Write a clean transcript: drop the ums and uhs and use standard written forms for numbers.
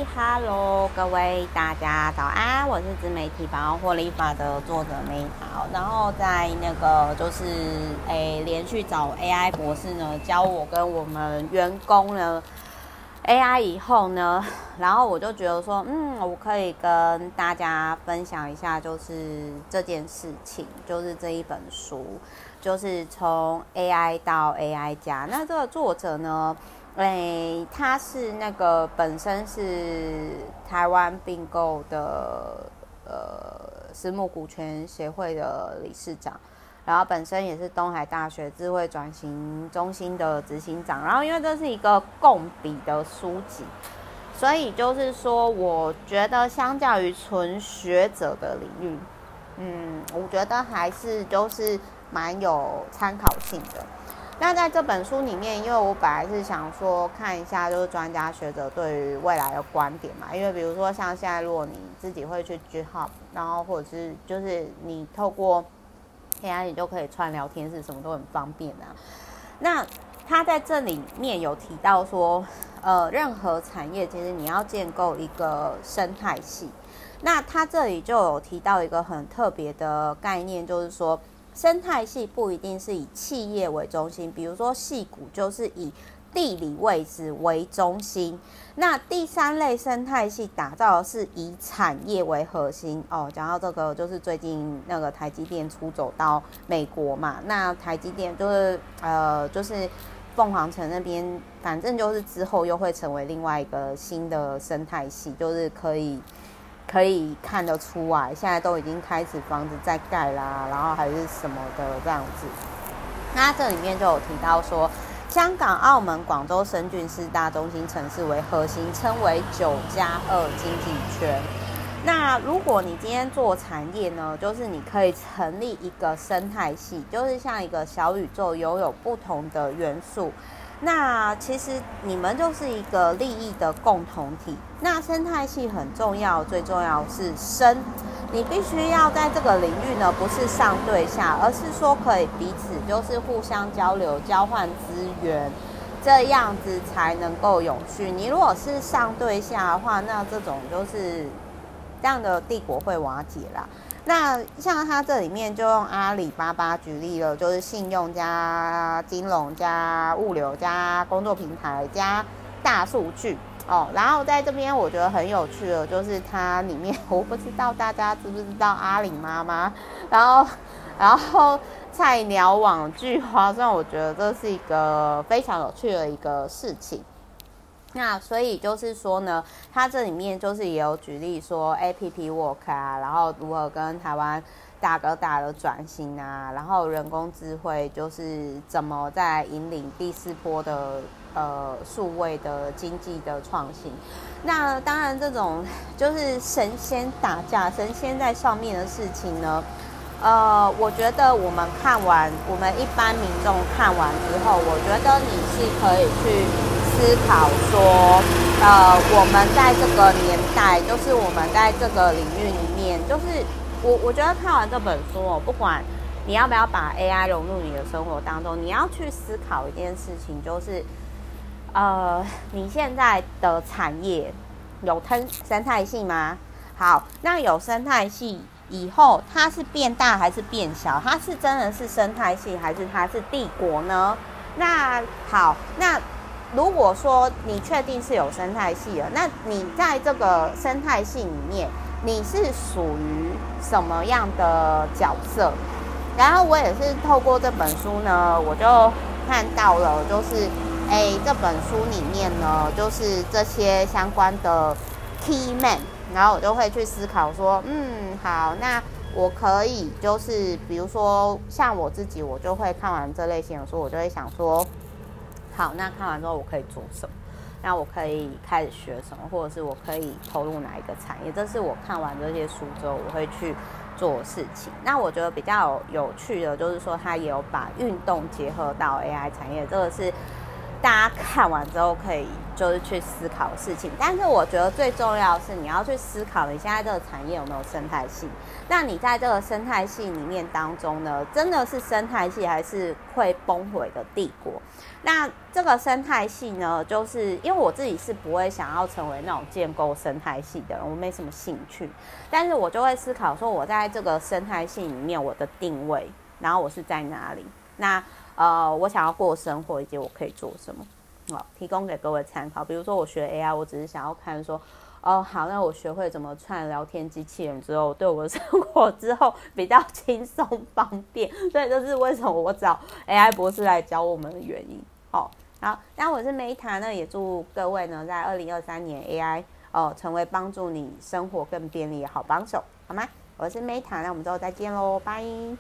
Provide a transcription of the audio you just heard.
Hello，各位大家早安，我是自媒体百万获利法的作者梅桃。然后在那个就是连续找 AI 博士呢，教我跟我们员工呢 AI 以后呢，然后我就觉得说，我可以跟大家分享一下，就是这件事情，就是这一本书，就是从 AI 到 AI 加。那这个作者呢？他是那个本身是台湾并购的私募股权协会的理事长，然后本身也是东海大学智慧转型中心的执行长。然后因为这是一个共笔的书籍，所以就是说，我觉得相较于纯学者的领域，我觉得还是就是蛮有参考性的。那在这本书里面，因为我本来是想说看一下就是专家学者对于未来的观点嘛，因为比如说像现在如果你自己会去 GitHub， 然后或者是就是你透过 AI 你就可以串聊天室，什么都很方便啊。那他在这里面有提到说，任何产业其实你要建构一个生态系。那他这里就有提到一个很特别的概念，就是说生态系不一定是以企业为中心，比如说矽谷就是以地理位置为中心。那第三类生态系打造的是以产业为核心。讲到这个，就是最近那个台积电出走到美国嘛，那台积电就是凤凰城那边，反正就是之后又会成为另外一个新的生态系，就是可以看得出来，现在都已经开始房子在盖啦，然后还是什么的这样子。那这里面就有提到说，香港、澳门、广州、深圳四大中心城市为核心，称为9+2经济圈。那如果你今天做产业呢，就是你可以成立一个生态系，就是像一个小宇宙，拥有不同的元素。那其实你们就是一个利益的共同体。那生态系很重要，最重要是生，你必须要在这个领域呢，不是上对下，而是说可以彼此就是互相交流、交换资源，这样子才能够永续。你如果是上对下的话，那这种就是这样的帝国会瓦解啦。那像他这里面就用阿里巴巴举例了，就是信用加金融加物流加工作平台加大数据然后在这边我觉得很有趣的，就是它里面我不知道大家知不知道阿里妈妈，然后菜鸟网剧划算，我觉得这是一个非常有趣的一个事情。那所以就是说呢，它这里面就是也有举例说 APP Work 啊，然后如何跟台湾大哥大的转型啊，然后人工智慧就是怎么在引领第4波的数位的经济的创新。那当然这种就是神仙打架、神仙在上面的事情呢，我觉得我们一般民众看完之后，我觉得你是可以去思考说，我们在这个年代，就是我们在这个领域里面，就是我觉得看完这本书不管你要不要把 AI 融入你的生活当中，你要去思考一件事情，就是你现在的产业有生态系吗？好，那有生态系以后，它是变大还是变小？它是真的是生态系，还是它是帝国呢？那好，那如果说你确定是有生态系了，那你在这个生态系里面，你是属于什么样的角色？然后我也是透过这本书呢，我就看到了，就是这本书里面呢，就是这些相关的 key man， 然后我就会去思考说，好，那我可以就是比如说像我自己，我就会看完这类型的书，我就会想说，好，那看完之后我可以做什么？那我可以开始学什么，或者是我可以投入哪一个产业？这是我看完这些书之后我会去做的事情。那我觉得比较有趣的就是说，他也有把运动结合到 AI 产业，这个是大家看完之后可以就是去思考的事情。但是我觉得最重要的是你要去思考你现在这个产业有没有生态系。那你在这个生态系里面当中呢，真的是生态系还是会崩毁的帝国？那这个生态系呢，就是因为我自己是不会想要成为那种建构生态系的人，我没什么兴趣。但是我就会思考说，我在这个生态系里面我的定位，然后我是在哪里？那我想要过生活以及我可以做什么？提供给各位参考。比如说我学 AI， 我只是想要看说，好，那我学会怎么串聊天机器人之后，对我的生活之后比较轻松方便。所以这是为什么我找 AI 博士来教我们的原因。好，那我是 Meta 呢，也祝各位呢在2023年 AI 成为帮助你生活更便利的好帮手，好吗？我是 Meta，那我们之后再见喽，拜。